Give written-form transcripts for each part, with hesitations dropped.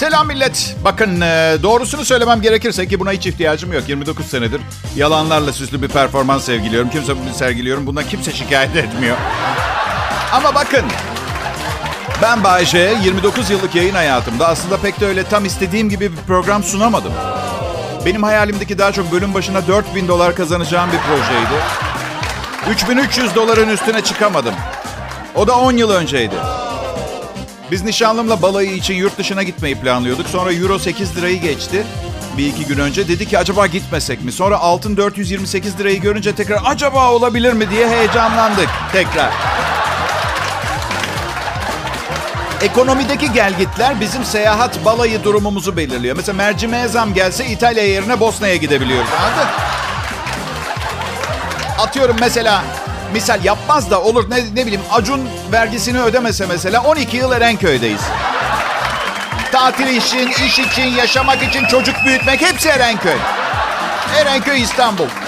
Selam millet. Bakın doğrusunu söylemem gerekirse ki buna hiç ihtiyacım yok. 29 senedir yalanlarla süslü bir performans sergiliyorum. Bundan kimse şikayet etmiyor. Ama bakın ben Bay J 29 yıllık yayın hayatımda aslında pek de öyle tam istediğim gibi bir program sunamadım. Benim hayalimdeki daha çok bölüm başına $4.000 kazanacağım bir projeydi. $3.300 üstüne çıkamadım. O da 10 yıl önceydi. Biz nişanlımla balayı için yurt dışına gitmeyi planlıyorduk. Sonra Euro 8 lirayı geçti. Bir iki gün önce dedi ki acaba gitmesek mi? Sonra altın 428 lirayı görünce tekrar acaba olabilir mi diye heyecanlandık tekrar. Ekonomideki gelgitler bizim seyahat balayı durumumuzu belirliyor. Mesela mercimeğe zam gelse İtalya yerine Bosna'ya gidebiliyoruz. Anladın? Atıyorum mesela... Misal yapmaz da olur ne bileyim Acun vergisini ödemese mesela 12 yıl Erenköy'deyiz. Tatil için, iş için, yaşamak için, çocuk büyütmek hepsi Erenköy. Erenköy İstanbul. 34.370.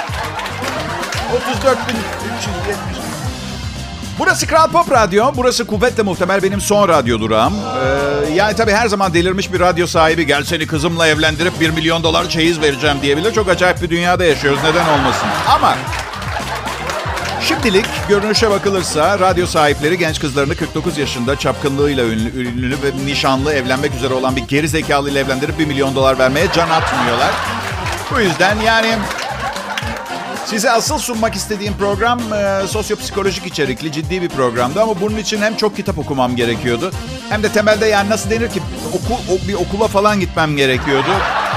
Burası Kral Pop Radyo. Burası kuvvetle muhtemel benim son radyo durağım. Yani tabii her zaman delirmiş bir radyo sahibi gel seni kızımla evlendirip $1 milyon çeyiz vereceğim diyebilir. Çok acayip bir dünyada yaşıyoruz. Neden olmasın? Ama... Şimdilik görünüşe bakılırsa radyo sahipleri genç kızlarını 49 yaşında çapkınlığıyla ünlü ve nişanlı evlenmek üzere olan bir geri zekalı ile evlendirip $1 milyon vermeye can atmıyorlar. Bu yüzden yani size asıl sunmak istediğim program sosyopsikolojik içerikli ciddi bir programdı ama bunun için hem çok kitap okumam gerekiyordu hem de temelde yani nasıl denir ki bir okula falan gitmem gerekiyordu.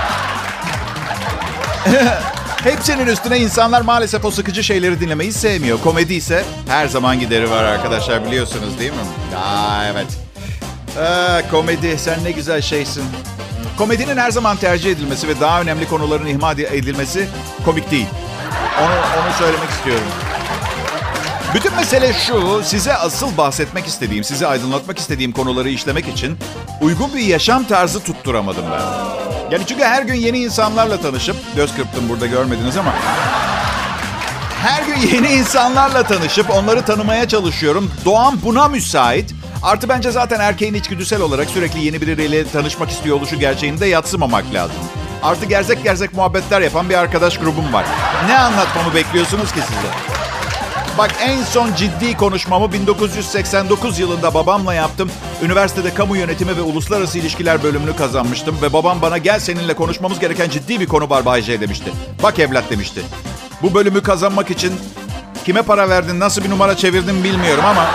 Hepsinin üstüne insanlar maalesef o sıkıcı şeyleri dinlemeyi sevmiyor. Komedi ise her zaman gideri var arkadaşlar biliyorsunuz değil mi? Evet. Komedi sen ne güzel şeysin. Komedinin her zaman tercih edilmesi ve daha önemli konuların ihmal edilmesi komik değil. Onu söylemek istiyorum. Bütün mesele şu, size asıl bahsetmek istediğim, sizi aydınlatmak istediğim konuları işlemek için uygun bir yaşam tarzı tutturamadım ben. Yani çünkü her gün yeni insanlarla tanışıp, göz kırptım burada görmediniz ama... Her gün yeni insanlarla tanışıp onları tanımaya çalışıyorum. Doğam buna müsait. Artı bence zaten erkeğin içgüdüsel olarak sürekli yeni biriyle tanışmak istiyor oluşu gerçeğini de yadsımamak lazım. Artı gerzek muhabbetler yapan bir arkadaş grubum var. Ne anlatmamı bekliyorsunuz ki size? Bak en son ciddi konuşmamı 1989 yılında babamla yaptım. Üniversitede kamu yönetimi ve uluslararası ilişkiler bölümünü kazanmıştım. Ve babam bana gel seninle konuşmamız gereken ciddi bir konu var Bay J demişti. Bak evlat demişti. Bu bölümü kazanmak için kime para verdin, nasıl bir numara çevirdin bilmiyorum ama...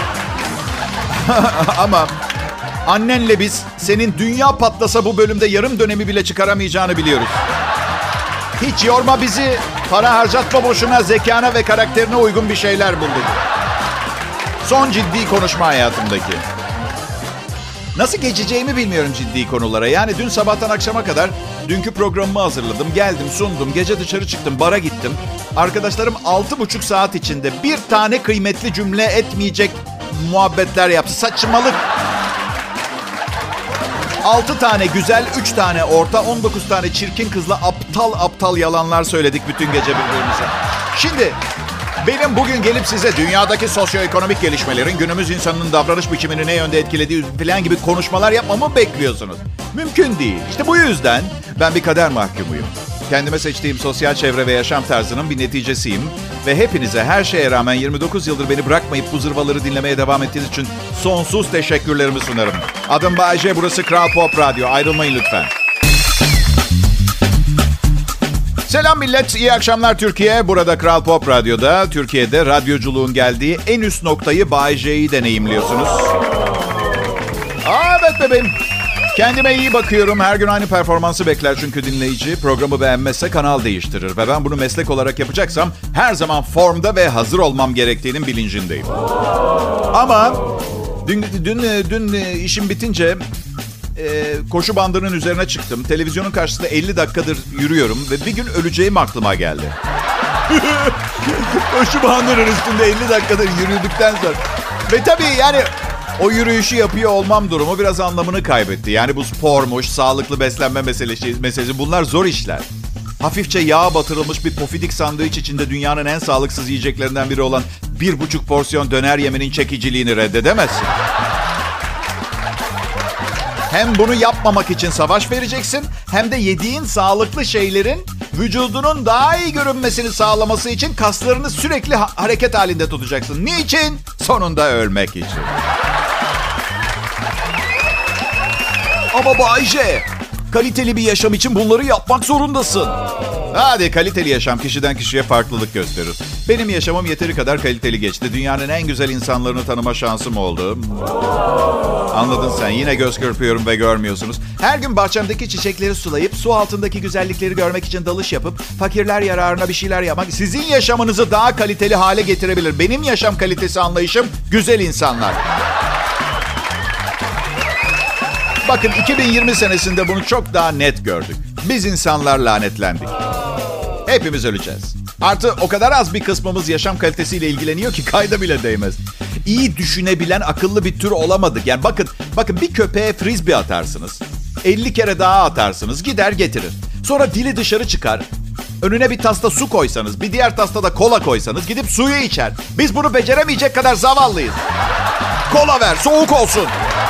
ama annenle biz senin dünya patlasa bu bölümde yarım dönemi bile çıkaramayacağını biliyoruz. Hiç yorma bizi, para harcatma boşuna, zekana ve karakterine uygun bir şeyler bul dedi. Son ciddi konuşma hayatımdaki. Nasıl geçeceğimi bilmiyorum ciddi konulara. Yani dün sabahtan akşama kadar dünkü programımı hazırladım. Geldim, sundum, gece dışarı çıktım, bara gittim. Arkadaşlarım 6,5 saat içinde bir tane kıymetli cümle etmeyecek muhabbetler yaptı. Saçmalık. 6 tane güzel, 3 tane orta, 19 tane çirkin kızla aptal yalanlar söyledik bütün gece birbirimize. Şimdi benim bugün gelip size dünyadaki sosyoekonomik gelişmelerin günümüz insanının davranış biçimini ne yönde etkilediği falan gibi konuşmalar yapmamı bekliyorsunuz. Mümkün değil. İşte bu yüzden ben bir kader mahkumuyum. Kendime seçtiğim sosyal çevre ve yaşam tarzının bir neticesiyim. Ve hepinize her şeye rağmen 29 yıldır beni bırakmayıp bu zırvaları dinlemeye devam ettiğiniz için sonsuz teşekkürlerimi sunarım. Adım Bay J, burası Kral Pop Radyo. Ayrılmayın lütfen. Selam millet, iyi akşamlar Türkiye. Burada Kral Pop Radyo'da, Türkiye'de radyoculuğun geldiği en üst noktayı Bay J'yi deneyimliyorsunuz. Evet bebeğim. Kendime iyi bakıyorum. Her gün aynı performansı bekler çünkü dinleyici. Programı beğenmezse kanal değiştirir. Ve ben bunu meslek olarak yapacaksam her zaman formda ve hazır olmam gerektiğinin bilincindeyim. Ama dün işim bitince koşu bandının üzerine çıktım. Televizyonun karşısında 50 dakikadır yürüyorum ve bir gün öleceğim aklıma geldi. Koşu bandının üstünde 50 dakikadır yürüdükten sonra. Ve tabii yani o yürüyüşü yapıyor olmam durumu biraz anlamını kaybetti. Yani bu spormuş, sağlıklı beslenme meselesi bunlar zor işler. Hafifçe yağa batırılmış bir pofidik sandviç içinde dünyanın en sağlıksız yiyeceklerinden biri olan 1,5 porsiyon döner yemenin çekiciliğini reddedemezsin. Hem bunu yapmamak için savaş vereceksin, hem de yediğin sağlıklı şeylerin vücudunun daha iyi görünmesini sağlaması için kaslarını sürekli hareket halinde tutacaksın. Niçin? Sonunda ölmek için. Ama Bay J, kaliteli bir yaşam için bunları yapmak zorundasın. Hadi, kaliteli yaşam kişiden kişiye farklılık gösterir. Benim yaşamım yeteri kadar kaliteli geçti. Dünyanın en güzel insanlarını tanıma şansım oldu. Anladın sen. Yine göz kırpıyorum ve görmüyorsunuz. Her gün bahçemdeki çiçekleri sulayıp su altındaki güzellikleri görmek için dalış yapıp fakirler yararına bir şeyler yapmak sizin yaşamınızı daha kaliteli hale getirebilir. Benim yaşam kalitesi anlayışım güzel insanlar. Bakın, 2020 senesinde bunu çok daha net gördük. Biz insanlar lanetlendik. Hepimiz öleceğiz. Artı o kadar az bir kısmımız yaşam kalitesiyle ilgileniyor ki kayda bile değmez. İyi düşünebilen akıllı bir tür olamadık. Yani bakın bir köpeğe frisbee atarsınız. 50 kere daha atarsınız, gider getirir. Sonra dili dışarı çıkar. Önüne bir tasta su koysanız, bir diğer tastada kola koysanız gidip suyu içer. Biz bunu beceremeyecek kadar zavallıyız. Kola ver, soğuk olsun.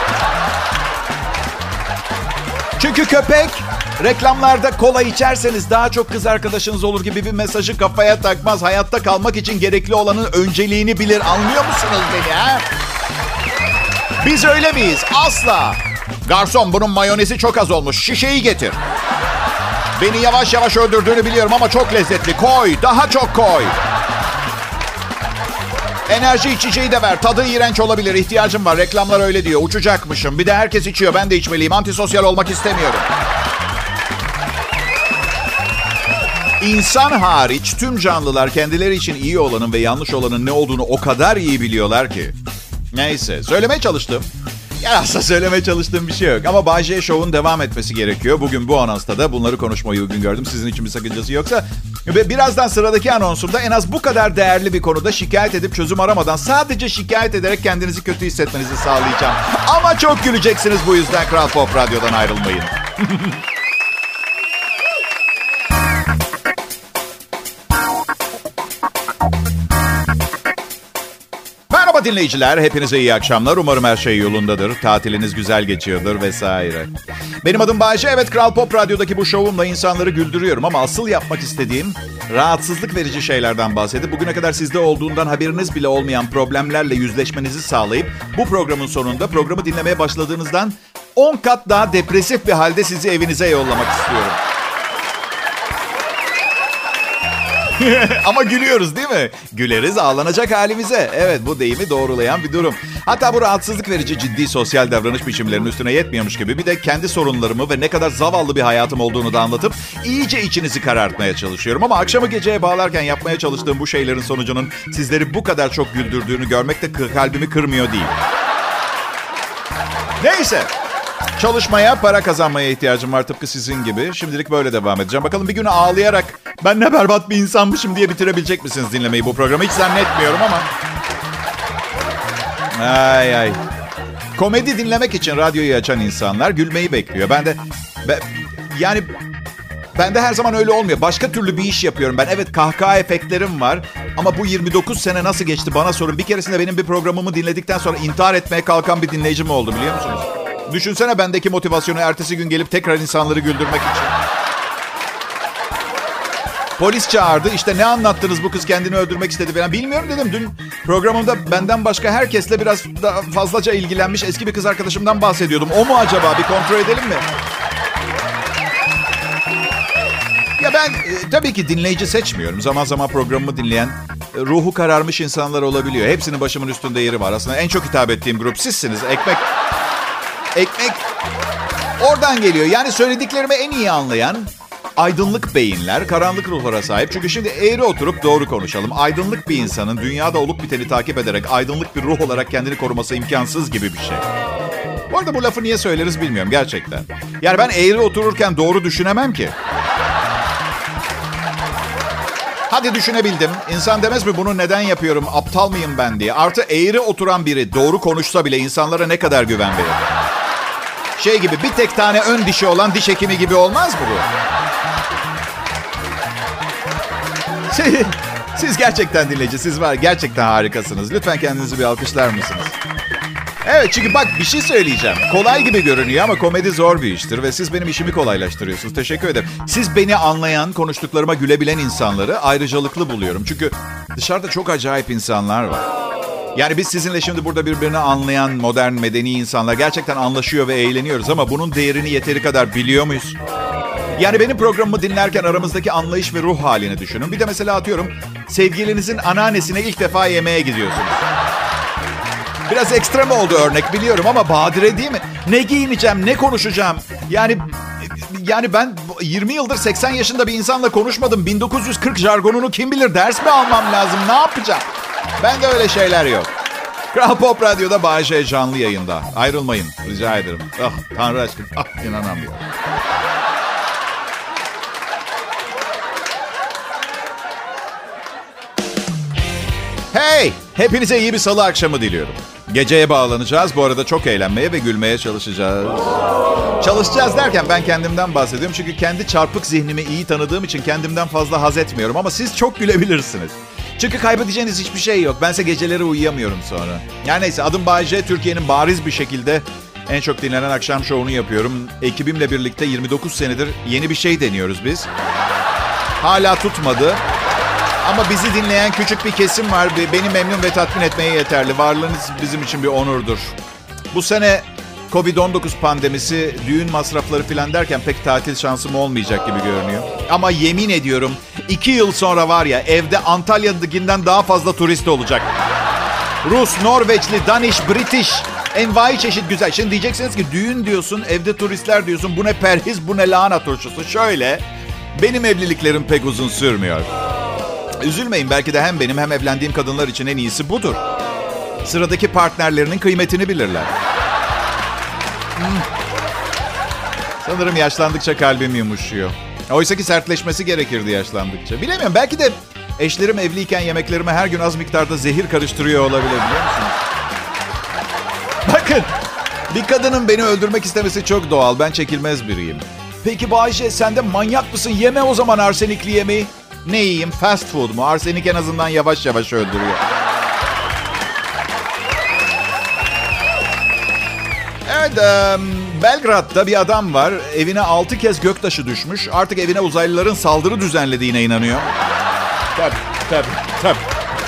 Çünkü köpek reklamlarda kola içerseniz daha çok kız arkadaşınız olur gibi bir mesajı kafaya takmaz. Hayatta kalmak için gerekli olanın önceliğini bilir. Anlıyor musunuz beni ha? Biz öyle miyiz? Asla. Garson, bunun mayonezi çok az olmuş. Şişeyi getir. Beni yavaş yavaş öldürdüğünü biliyorum ama çok lezzetli. Koy, daha çok koy. Enerji içeceği de ver. Tadı iğrenç olabilir. İhtiyacım var. Reklamlar öyle diyor. Uçacakmışım. Bir de herkes içiyor. Ben de içmeliyim. Antisosyal olmak istemiyorum. İnsan hariç tüm canlılar kendileri için iyi olanın ve yanlış olanın ne olduğunu o kadar iyi biliyorlar ki. Neyse, söylemeye çalıştım. Yani aslında söylemeye çalıştığım bir şey yok. Ama Bay J Show'un devam etmesi gerekiyor. Bugün bu anonsta da bunları konuşmayı uygun gördüm. Sizin için bir sakıncası yoksa. Ve birazdan sıradaki anonsumda en az bu kadar değerli bir konuda şikayet edip çözüm aramadan sadece şikayet ederek kendinizi kötü hissetmenizi sağlayacağım. Ama çok güleceksiniz bu yüzden. Kral Pop Radyo'dan ayrılmayın. Merhaba dinleyiciler, hepinize iyi akşamlar. Umarım her şey yolundadır, tatiliniz güzel geçiyordur vesaire. Benim adım Bayce, evet Kral Pop Radyo'daki bu şovumla insanları güldürüyorum ama asıl yapmak istediğim rahatsızlık verici şeylerden bahsedip bugüne kadar sizde olduğundan haberiniz bile olmayan problemlerle yüzleşmenizi sağlayıp bu programın sonunda programı dinlemeye başladığınızdan 10 kat daha depresif bir halde sizi evinize yollamak istiyorum. Ama gülüyoruz değil mi? Güleriz ağlanacak halimize. Evet, bu deyimi doğrulayan bir durum. Hatta bu rahatsızlık verici ciddi sosyal davranış biçimlerinin üstüne yetmiyormuş gibi bir de kendi sorunlarımı ve ne kadar zavallı bir hayatım olduğunu da anlatıp iyice içinizi karartmaya çalışıyorum. Ama akşamı geceye bağlarken yapmaya çalıştığım bu şeylerin sonucunun sizleri bu kadar çok güldürdüğünü görmek de kalbimi kırmıyor değil. Neyse. Çalışmaya, para kazanmaya ihtiyacım var tıpkı sizin gibi. Şimdilik böyle devam edeceğim. Bakalım bir gün ağlayarak ben ne berbat bir insanmışım diye bitirebilecek misiniz dinlemeyi bu programı? Hiç zannetmiyorum ama. Ay. Komedi dinlemek için radyoyu açan insanlar gülmeyi bekliyor. Ben de her zaman öyle olmuyor. Başka türlü bir iş yapıyorum ben. Evet, kahkaha efektlerim var. Ama bu 29 sene nasıl geçti bana sorun. Bir keresinde benim bir programımı dinledikten sonra intihar etmeye kalkan bir dinleyicim oldu, biliyor musunuz? Düşünsene bendeki motivasyonu ertesi gün gelip tekrar insanları güldürmek için. Polis çağırdı. İşte ne anlattınız, bu kız kendini öldürmek istedi falan. Bilmiyorum dedim. Dün programımda benden başka herkesle biraz daha fazlaca ilgilenmiş eski bir kız arkadaşımdan bahsediyordum. O mu acaba? Bir kontrol edelim mi? Ya ben tabii ki dinleyici seçmiyorum. Zaman zaman programımı dinleyen ruhu kararmış insanlar olabiliyor. Hepsinin başımın üstünde yeri var. Aslında en çok hitap ettiğim grup sizsiniz. Ekmek oradan geliyor. Yani söylediklerimi en iyi anlayan aydınlık beyinler, karanlık ruhlara sahip. Çünkü şimdi eğri oturup doğru konuşalım. Aydınlık bir insanın dünyada olup biteni takip ederek aydınlık bir ruh olarak kendini koruması imkansız gibi bir şey. Bu arada bu lafı niye söyleriz bilmiyorum gerçekten. Yani ben eğri otururken doğru düşünemem ki. Hadi düşünebildim. İnsan demez mi bunu neden yapıyorum, aptal mıyım ben diye. Artı eğri oturan biri doğru konuşsa bile insanlara ne kadar güven verir. Şey gibi, bir tek tane ön dişi olan diş hekimi gibi olmaz mı bu? Siz gerçekten dinleyici, siz var gerçekten harikasınız. Lütfen kendinizi bir alkışlar mısınız? Evet, çünkü bak bir şey söyleyeceğim. Kolay gibi görünüyor ama komedi zor bir iştir ve siz benim işimi kolaylaştırıyorsunuz. Teşekkür ederim. Siz beni anlayan, konuştuklarıma gülebilen insanları ayrıcalıklı buluyorum. Çünkü dışarıda çok acayip insanlar var. Yani biz sizinle şimdi burada birbirini anlayan modern, medeni insanlar gerçekten anlaşıyor ve eğleniyoruz ama bunun değerini yeteri kadar biliyor muyuz? Yani benim programımı dinlerken aramızdaki anlayış ve ruh halini düşünün. Bir de mesela atıyorum sevgilinizin anneannesine ilk defa yemeğe gidiyorsunuz. Biraz ekstrem oldu örnek biliyorum ama badire değil mi? Ne giyineceğim, ne konuşacağım? Yani ben 20 yıldır 80 yaşında bir insanla konuşmadım. 1940 jargonunu kim bilir, ders mi almam lazım, ne yapacağım? Ben de öyle şeyler yok. Kral Pop Radyo'da Bay J canlı yayında. Ayrılmayın rica ederim. Ah Tanrı aşkına, inanamıyorum. Hey! Hepinize iyi bir salı akşamı diliyorum. Geceye bağlanacağız. Bu arada çok eğlenmeye ve gülmeye çalışacağız. Çalışacağız derken ben kendimden bahsediyorum. Çünkü kendi çarpık zihnimi iyi tanıdığım için kendimden fazla haz etmiyorum. Ama siz çok gülebilirsiniz. Çünkü kaybedeceğiniz hiçbir şey yok. Bense geceleri uyuyamıyorum sonra. Yani neyse, adım Bay J. Türkiye'nin bariz bir şekilde en çok dinlenen akşam şovunu yapıyorum. Ekibimle birlikte 29 senedir yeni bir şey deniyoruz biz. Hala tutmadı. Ama bizi dinleyen küçük bir kesim var. Beni memnun ve tatmin etmeye yeterli. Varlığınız bizim için bir onurdur. Bu sene Covid-19 pandemisi, düğün masrafları falan derken pek tatil şansım olmayacak gibi görünüyor. Ama yemin ediyorum 2 yıl sonra var ya, evde Antalya'dakinden daha fazla turist olacak. Rus, Norveçli, Danish, British, envai çeşit güzel. Şimdi diyeceksiniz ki düğün diyorsun, evde turistler diyorsun. Bu ne perhiz, bu ne lahana turşusu. Şöyle, benim evliliklerim pek uzun sürmüyor. Üzülmeyin, belki de hem benim hem evlendiğim kadınlar için en iyisi budur. Sıradaki partnerlerinin kıymetini bilirler. Sanırım yaşlandıkça kalbim yumuşuyor. Oysa ki sertleşmesi gerekirdi yaşlandıkça. Bilemiyorum, belki de eşlerim evliyken yemeklerime her gün az miktarda zehir karıştırıyor olabilir, biliyor musunuz? Bakın, bir kadının beni öldürmek istemesi çok doğal. Ben çekilmez biriyim. Peki Bayşe, sen de manyak mısın? Yeme o zaman arsenikli yemeği. Ne yiyeyim? Fast food mu? Arsenik en azından yavaş yavaş öldürüyor. Evet, Belgrad'da bir adam var. Evine 6 kez göktaşı düşmüş. Artık evine uzaylıların saldırı düzenlediğine inanıyor. Tabii.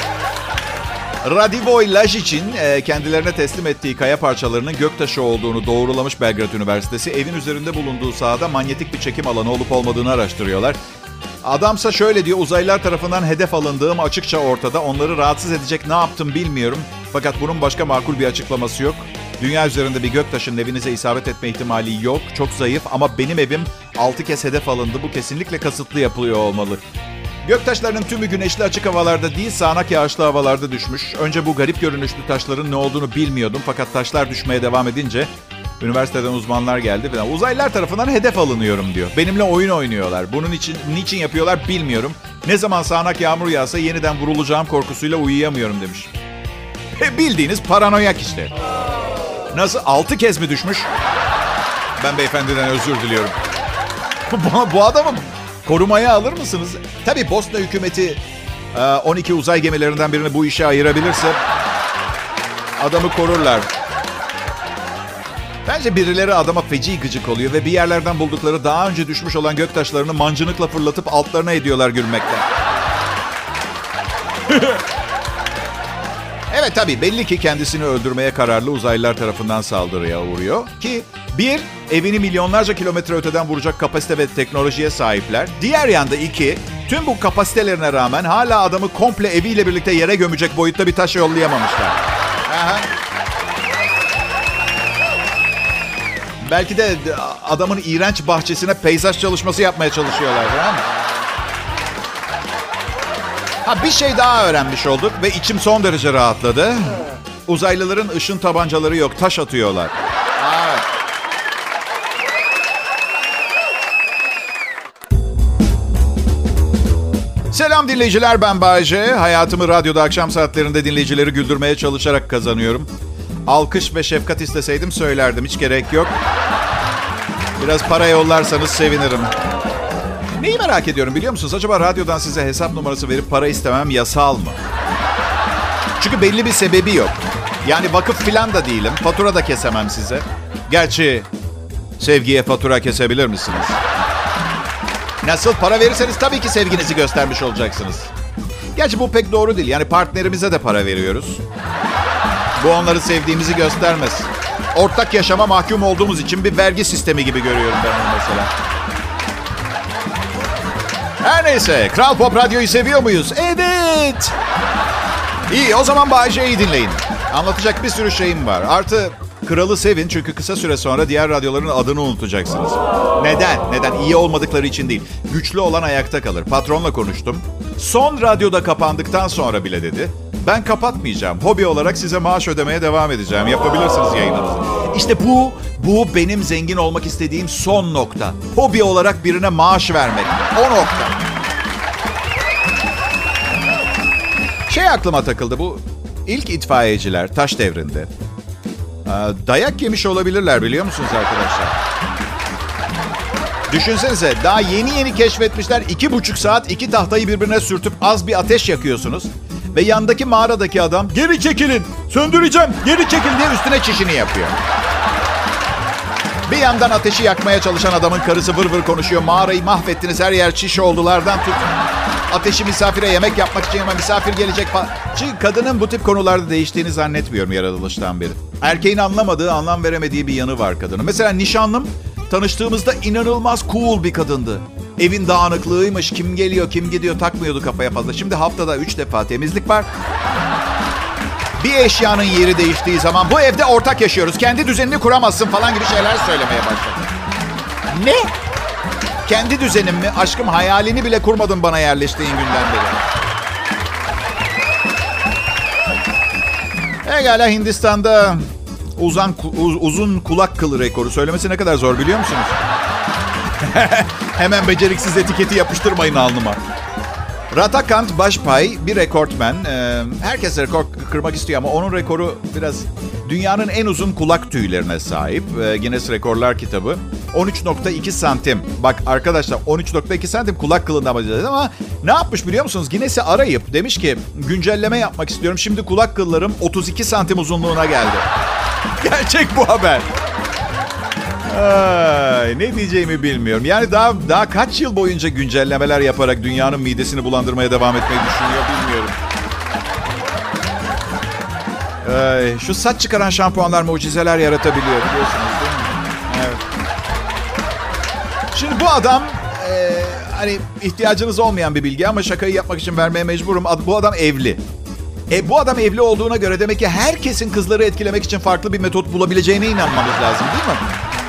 Radivoj Lajic'in kendilerine teslim ettiği kaya parçalarının göktaşı olduğunu doğrulamış Belgrad Üniversitesi. Evin üzerinde bulunduğu sahada manyetik bir çekim alanı olup olmadığını araştırıyorlar. Adamsa şöyle diyor: uzaylılar tarafından hedef alındığım açıkça ortada. Onları rahatsız edecek ne yaptım bilmiyorum. Fakat bunun başka makul bir açıklaması yok. Dünya üzerinde bir göktaşının evinize isabet etme ihtimali yok. Çok zayıf ama benim evim 6 kez hedef alındı. Bu kesinlikle kasıtlı yapılıyor olmalı. Göktaşlarının tümü güneşli açık havalarda değil, sağanak yağışlı havalarda düşmüş. Önce bu garip görünüşlü taşların ne olduğunu bilmiyordum. Fakat taşlar düşmeye devam edince üniversiteden uzmanlar geldi ve uzaylılar tarafından hedef alınıyorum diyor. Benimle oyun oynuyorlar. Bunun için niçin yapıyorlar bilmiyorum. Ne zaman sağanak yağmur yağsa yeniden vurulacağım korkusuyla uyuyamıyorum demiş. Bildiğiniz paranoyak işte. Nasıl? 6 kez mi düşmüş? Ben beyefendiden özür diliyorum. Bu adamı korumaya alır mısınız? Tabii Bosna hükümeti 12 uzay gemilerinden birini bu işe ayırabilirse adamı korurlar. Bence birileri adama feci gıcık oluyor ve bir yerlerden buldukları daha önce düşmüş olan göktaşlarını mancınıkla fırlatıp altlarına ediyorlar gülmekten. Evet, tabii belli ki kendisini öldürmeye kararlı uzaylılar tarafından saldırıya uğruyor. Ki bir, evini milyonlarca kilometre öteden vuracak kapasite ve teknolojiye sahipler. Diğer yanda iki, tüm bu kapasitelerine rağmen hala adamı komple eviyle birlikte yere gömecek boyutta bir taş yollayamamışlar. Aha. Belki de adamın iğrenç bahçesine peyzaj çalışması yapmaya çalışıyorlar. Bir şey daha öğrenmiş olduk ve içim son derece rahatladı. Uzaylıların ışın tabancaları yok, taş atıyorlar. Evet. Selam dinleyiciler, ben Bay J. Hayatımı radyoda akşam saatlerinde dinleyicileri güldürmeye çalışarak kazanıyorum. Alkış ve şefkat isteseydim söylerdim, hiç gerek yok. Biraz para yollarsanız sevinirim. Neyi merak ediyorum biliyor musunuz? Acaba radyodan size hesap numarası verip para istemem yasal mı? Çünkü belli bir sebebi yok. Yani vakıf filan da değilim. Fatura da kesemem size. Gerçi sevgiye fatura kesebilir misiniz? Nasıl? Para verirseniz tabii ki sevginizi göstermiş olacaksınız. Gerçi bu pek doğru değil. Yani partnerimize de para veriyoruz. Bu onları sevdiğimizi göstermez. Ortak yaşama mahkum olduğumuz için bir vergi sistemi gibi görüyorum ben onu mesela. Her neyse. Kral Pop Radyo'yu seviyor muyuz? Evet. İyi, o zaman Bay J'yi dinleyin. Anlatacak bir sürü şeyim var. Artı kralı sevin çünkü kısa süre sonra diğer radyoların adını unutacaksınız. Neden? Neden? İyi olmadıkları için değil. Güçlü olan ayakta kalır. Patronla konuştum. Son radyoda kapandıktan sonra bile dedi. Ben kapatmayacağım. Hobi olarak size maaş ödemeye devam edeceğim. Yapabilirsiniz yayınınızı. İşte bu benim zengin olmak istediğim son nokta. Hobi olarak birine maaş vermek. O nokta. Aklıma takıldı. Bu ilk itfaiyeciler taş devrinde dayak yemiş olabilirler, biliyor musunuz arkadaşlar? Düşünsenize, daha yeni keşfetmişler. 2,5 saat 2 tahtayı birbirine sürtüp az bir ateş yakıyorsunuz. Ve yandaki mağaradaki adam geri çekilin, söndüreceğim, geri çekil diye üstüne çişini yapıyor. Bir yandan ateşi yakmaya çalışan adamın karısı vır vır konuşuyor. Mağarayı mahvettiniz, her yer çiş oldulardan tut. Ateşi misafire yemek yapmak için ama misafir gelecek falan. Çünkü kadının bu tip konularda değiştiğini zannetmiyorum yaratılıştan beri. Erkeğin anlamadığı, anlam veremediği bir yanı var kadının. Mesela nişanlım tanıştığımızda inanılmaz cool bir kadındı. Evin dağınıklığıymış, kim geliyor, kim gidiyor takmıyordu kafaya fazla. Şimdi haftada 3 defa temizlik var. Bir eşyanın yeri değiştiği zaman bu evde ortak yaşıyoruz, kendi düzenini kuramazsın falan gibi şeyler söylemeye başladı. Ne? Kendi düzenim mi? Aşkım, hayalini bile kurmadın bana yerleştiğin günden beri. Egala Hindistan'da uzun kulak kılı rekoru söylemesi ne kadar zor biliyor musunuz? Hemen beceriksiz etiketi yapıştırmayın alnıma. Ratakant Başpay bir rekortmen. Herkes rekor kırmak istiyor ama onun rekoru biraz dünyanın en uzun kulak tüylerine sahip. Guinness Rekorlar kitabı. 13.2 santim. Bak arkadaşlar, 13.2 santim kulak kılından bahsediyoruz ama ne yapmış biliyor musunuz? Guinness'i arayıp demiş ki güncelleme yapmak istiyorum. Şimdi kulak kıllarım 32 santim uzunluğuna geldi. Gerçek bu haber. Ay, ne diyeceğimi bilmiyorum. Yani daha kaç yıl boyunca güncellemeler yaparak dünyanın midesini bulandırmaya devam etmeyi düşünüyor bilmiyorum. Şu saç çıkaran şampuanlar mucizeler yaratabiliyor, biliyorsunuz değil mi? Evet. Şimdi bu adam hani ihtiyacınız olmayan bir bilgi ama şakayı yapmak için vermeye mecburum. Bu adam evli. Bu adam evli olduğuna göre demek ki herkesin kızları etkilemek için farklı bir metot bulabileceğine inanmamız lazım değil mi?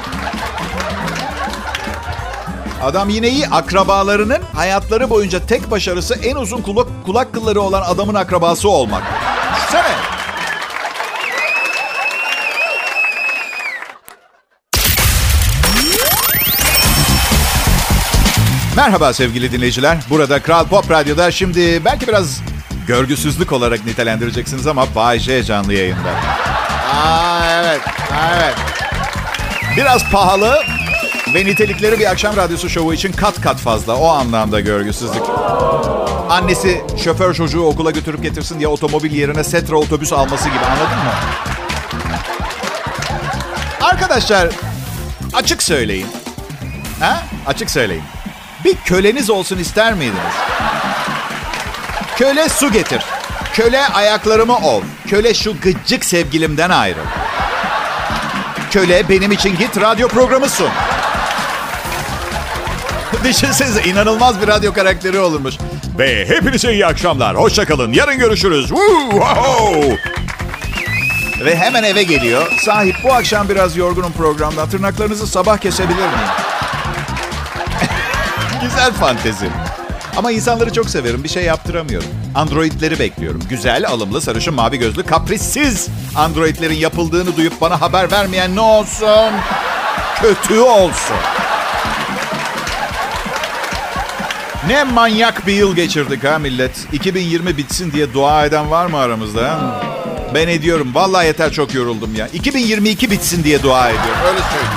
Adam yine iyi. Akrabalarının hayatları boyunca tek başarısı en uzun kulak kılları olan adamın akrabası olmak. Düşünsene. Merhaba sevgili dinleyiciler. Burada Kral Pop Radyo'da şimdi belki biraz görgüsüzlük olarak nitelendireceksiniz ama Bay J canlı yayında. Evet. Biraz pahalı ve nitelikleri bir akşam radyosu şovu için kat kat fazla. O anlamda görgüsüzlük. Annesi şoför çocuğu okula götürüp getirsin diye otomobil yerine Setra otobüs alması gibi, anladın mı? Arkadaşlar, açık söyleyin. Açık söyleyin. Bir köleniz olsun ister miydiniz? Köle su getir. Köle ayaklarımı ov. Köle şu gıcık sevgilimden ayrıl. Köle benim için git radyo programı sun. Düşünsenize, inanılmaz bir radyo karakteri olurmuş. Ve hepinize iyi akşamlar. Hoşça kalın. Yarın görüşürüz. Ve hemen eve geliyor. Sahip, bu akşam biraz yorgunum programdan. Tırnaklarınızı sabah kesebilir miyim? Güzel fantezi. Ama insanları çok severim. Bir şey yaptıramıyorum. Androidleri bekliyorum. Güzel, alımlı, sarışın, mavi gözlü, kaprissiz androidlerin yapıldığını duyup bana haber vermeyen ne olsun? Kötü olsun. Ne manyak bir yıl geçirdik ha millet. 2020 bitsin diye dua eden var mı aramızda? Ha? Ben ediyorum. Vallahi yeter, çok yoruldum ya. 2022 bitsin diye dua ediyorum. Öyle söyleyeyim.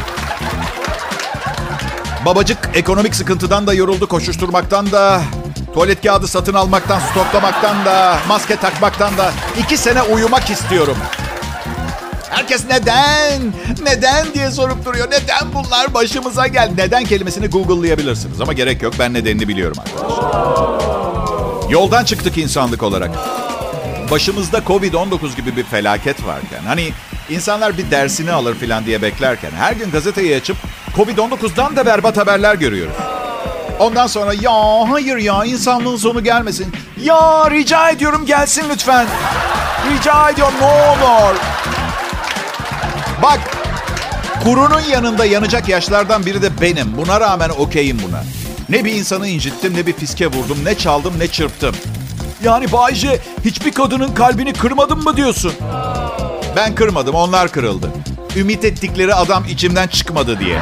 Babacık ekonomik sıkıntıdan da yoruldu, koşuşturmaktan da. Tuvalet kağıdı satın almaktan, stoklamaktan da, maske takmaktan da 2 sene uyumak istiyorum. Herkes neden diye sorup duruyor. Neden bunlar başımıza geldi? Neden kelimesini Google'layabilirsiniz ama gerek yok. Ben nedenini biliyorum arkadaşlar. Yoldan çıktık insanlık olarak. Başımızda Covid-19 gibi bir felaket varken, hani insanlar bir dersini alır falan diye beklerken, her gün gazeteyi açıp Covid-19'dan da berbat haberler görüyoruz. Ondan sonra hayır ya insanlığın sonu gelmesin. Ya rica ediyorum gelsin lütfen. Rica ediyorum ne olur. Bak, kurunun yanında yanacak yaşlardan biri de benim. Buna rağmen okeyim buna. Ne bir insanı incittim, ne bir fiske vurdum, ne çaldım, ne çırptım. Yani Bay J, hiçbir kadının kalbini kırmadın mı diyorsun? Ben kırmadım, onlar kırıldı. Ümit ettikleri adam içimden çıkmadı diye.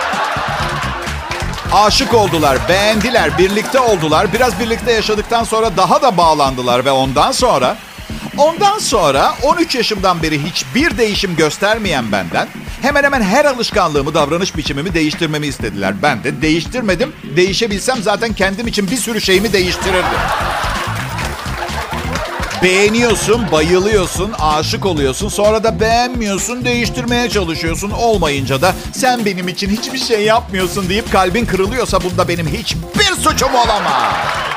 Aşık oldular, beğendiler, birlikte oldular. Biraz birlikte yaşadıktan sonra daha da bağlandılar ve ondan sonra 13 yaşımdan beri hiçbir değişim göstermeyen benden hemen hemen her alışkanlığımı, davranış biçimimi değiştirmemi istediler. Ben de değiştirmedim. Değişebilsem zaten kendim için bir sürü şeyimi değiştirirdim. Beğeniyorsun, bayılıyorsun, aşık oluyorsun. Sonra da beğenmiyorsun, değiştirmeye çalışıyorsun. Olmayınca da sen benim için hiçbir şey yapmıyorsun deyip kalbin kırılıyorsa bunda benim hiçbir suçum olamaz.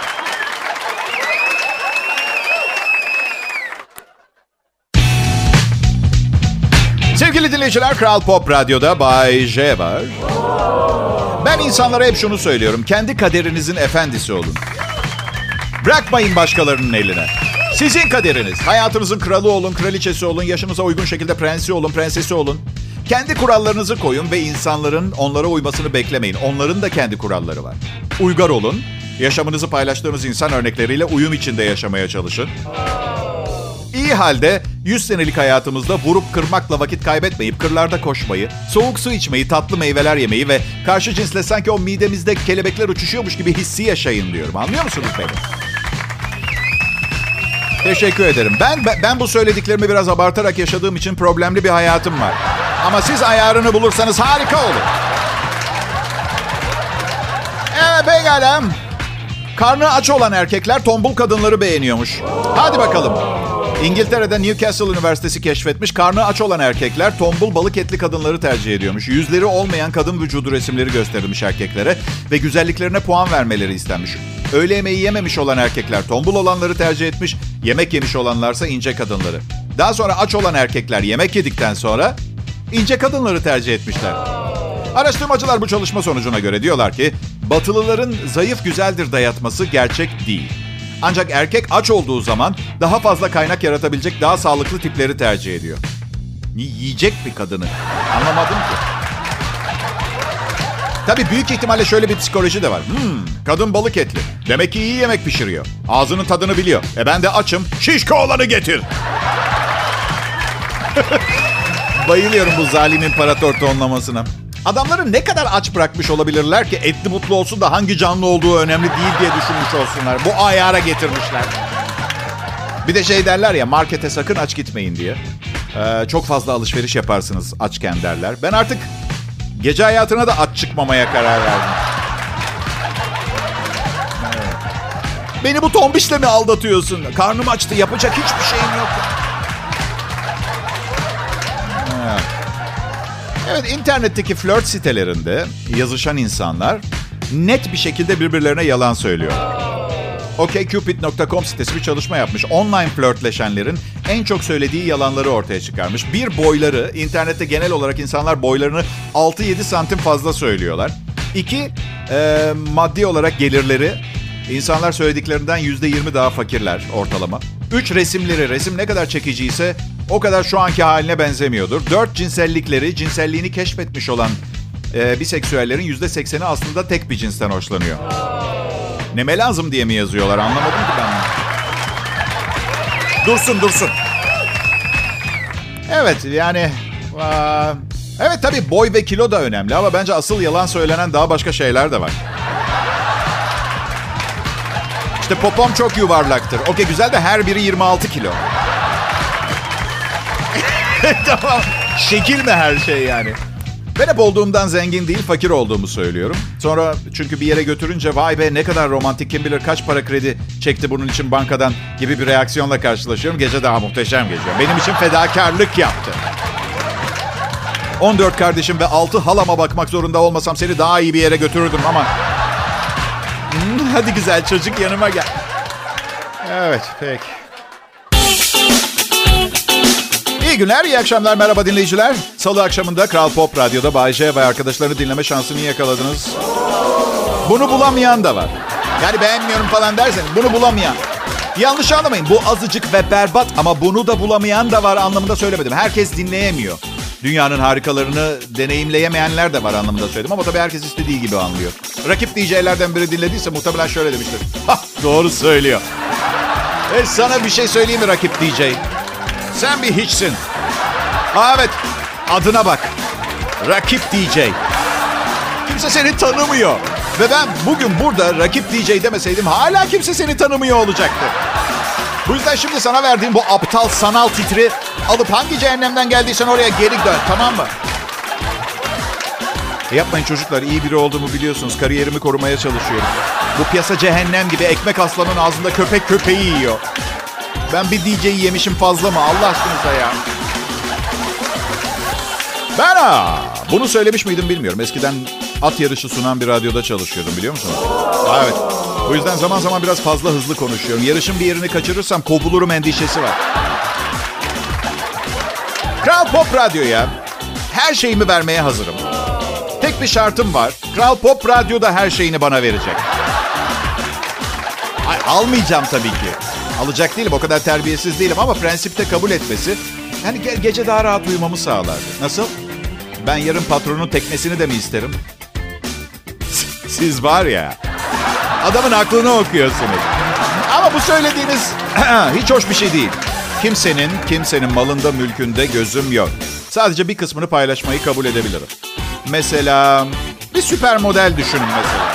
Sevgili dinleyiciler, Kral Pop Radyo'da Bay J var. Ben insanlara hep şunu söylüyorum. Kendi kaderinizin efendisi olun. Bırakmayın başkalarının eline. Sizin kaderiniz. Hayatınızın kralı olun, kraliçesi olun. Yaşınıza uygun şekilde prensi olun, prensesi olun. Kendi kurallarınızı koyun ve insanların onlara uymasını beklemeyin. Onların da kendi kuralları var. Uygar olun. Yaşamınızı paylaştığınız insan örnekleriyle uyum içinde yaşamaya çalışın. İyi halde 100 senelik hayatımızda vurup kırmakla vakit kaybetmeyip kırlarda koşmayı, soğuk su içmeyi, tatlı meyveler yemeyi ve karşı cinsle sanki o midemizde kelebekler uçuşuyormuş gibi hissi yaşayın diyorum. Anlıyor musunuz beni? Teşekkür ederim. Ben bu söylediklerimi biraz abartarak yaşadığım için problemli bir hayatım var. Ama siz ayarını bulursanız harika olur. Evet pekala. Karnı aç olan erkekler tombul kadınları beğeniyormuş. Hadi bakalım. İngiltere'de Newcastle Üniversitesi keşfetmiş. Karnı aç olan erkekler tombul balık etli kadınları tercih ediyormuş. Yüzleri olmayan kadın vücudu resimleri gösterilmiş erkeklere ve güzelliklerine puan vermeleri istenmiş. Öğle yemeği yememiş olan erkekler tombul olanları tercih etmiş. Yemek yemiş olanlarsa ince kadınları. Daha sonra aç olan erkekler yemek yedikten sonra ince kadınları tercih etmişler. Araştırmacılar bu çalışma sonucuna göre diyorlar ki Batılıların zayıf güzeldir dayatması gerçek değil. Ancak erkek aç olduğu zaman daha fazla kaynak yaratabilecek daha sağlıklı tipleri tercih ediyor. Yiyecek bir kadını. Anlamadım ki. Tabii büyük ihtimalle şöyle bir psikoloji de var. Kadın balık etli. Demek ki iyi yemek pişiriyor. Ağzının tadını biliyor. Ben de açım. Şişko olanı getir. Bayılıyorum bu zalim imparator tonlamasına. Adamları ne kadar aç bırakmış olabilirler ki etli mutlu olsun da hangi canlı olduğu önemli değil diye düşünmüş olsunlar. Bu ayara getirmişler. Bir de şey derler ya, markete sakın aç gitmeyin diye. Çok fazla alışveriş yaparsınız açken derler. Ben artık gece hayatına da aç çıkmamaya karar verdim. Beni bu tombişle mi aldatıyorsun? Karnım açtı, yapacak hiçbir şeyim yok. Evet, internetteki flört sitelerinde yazışan insanlar net bir şekilde birbirlerine yalan söylüyor. OkCupid.com sitesi bir çalışma yapmış. Online flörtleşenlerin en çok söylediği yalanları ortaya çıkarmış. Bir, boyları. İnternette genel olarak insanlar boylarını 6-7 santim fazla söylüyorlar. 2, maddi olarak gelirleri. İnsanlar söylediklerinden %20 daha fakirler ortalama. 3, resimleri. Resim ne kadar çekiciyse o kadar şu anki haline benzemiyordur. 4, cinsellikleri. Cinselliğini keşfetmiş olan biseksüellerin %80'i aslında tek bir cinsten hoşlanıyor. Neme lazım diye mi yazıyorlar? Anlamadım ki ben. Dursun. Evet yani... evet tabii boy ve kilo da önemli ama bence asıl yalan söylenen daha başka şeyler de var. İşte popom çok yuvarlaktır. Okey, güzel de her biri 26 kilo. Tamam. Şekil mi her şey yani? Ben hep olduğumdan zengin değil, fakir olduğumu söylüyorum. Sonra çünkü bir yere götürünce vay be ne kadar romantik, kim bilir kaç para kredi çekti bunun için bankadan gibi bir reaksiyonla karşılaşıyorum. Gece daha muhteşem geçiyor. Benim için fedakarlık yaptı. 14 kardeşim ve 6 halama bakmak zorunda olmasam seni daha iyi bir yere götürürdüm ama... Hadi güzel çocuk yanıma gel. Evet, peki. İyi günler, iyi akşamlar, merhaba dinleyiciler. Salı akşamında Kral Pop Radyo'da Bay J ve arkadaşlarını dinleme şansını yakaladınız. Bunu bulamayan da var. Yani beğenmiyorum falan dersen bunu bulamayan. Yanlış anlamayın, bu azıcık ve berbat ama bunu da bulamayan da var anlamında söylemedim. Herkes dinleyemiyor. Dünyanın harikalarını deneyimleyemeyenler de var anlamında söyledim. Ama tabii herkes istediği gibi anlıyor. Rakip DJ'lerden biri dinlediyse muhtemelen şöyle demiştir. Hah, doğru söylüyor. Sana bir şey söyleyeyim mi rakip DJ? Sen bir hiçsin. Evet, adına bak. Rakip DJ. Kimse seni tanımıyor. Ve ben bugün burada rakip DJ demeseydim hala kimse seni tanımıyor olacaktı. Bu yüzden şimdi sana verdiğim bu aptal sanal titri alıp hangi cehennemden geldiysen oraya geri dön, tamam mı? Yapmayın çocuklar, iyi biri olduğumu biliyorsunuz. Kariyerimi korumaya çalışıyorum. Bu piyasa cehennem gibi, ekmek aslanın ağzında köpek köpeği yiyor. Ben bir DJ'yi yemişim fazla mı? Allah aşkınıza ya. Bunu söylemiş miydim bilmiyorum. Eskiden at yarışı sunan bir radyoda çalışıyordum, biliyor musunuz? Evet. O yüzden zaman zaman biraz fazla hızlı konuşuyorum. Yarışın bir yerini kaçırırsam kovulurum endişesi var. Kral Pop Radyo'ya her şeyimi vermeye hazırım. Tek bir şartım var. Kral Pop Radyo'da her şeyini bana verecek. Almayacağım tabii ki. Alacak değilim, o kadar terbiyesiz değilim ama prensipte kabul etmesi yani gece daha rahat uyumamı sağlardı. Nasıl? Ben yarın patronun teknesini de mi isterim? Siz var ya, adamın aklını okuyorsunuz. Ama bu söylediğiniz hiç hoş bir şey değil. Kimsenin malında mülkünde gözüm yok. Sadece bir kısmını paylaşmayı kabul edebilirim. Mesela bir süper model düşünün mesela.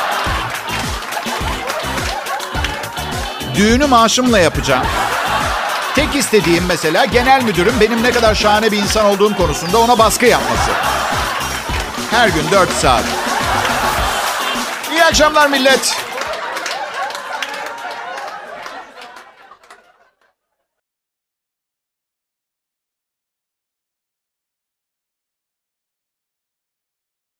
Düğünü maaşımla yapacağım. Tek istediğim mesela genel müdürüm benim ne kadar şahane bir insan olduğum konusunda ona baskı yapması. Her gün 4 saat. İyi akşamlar millet.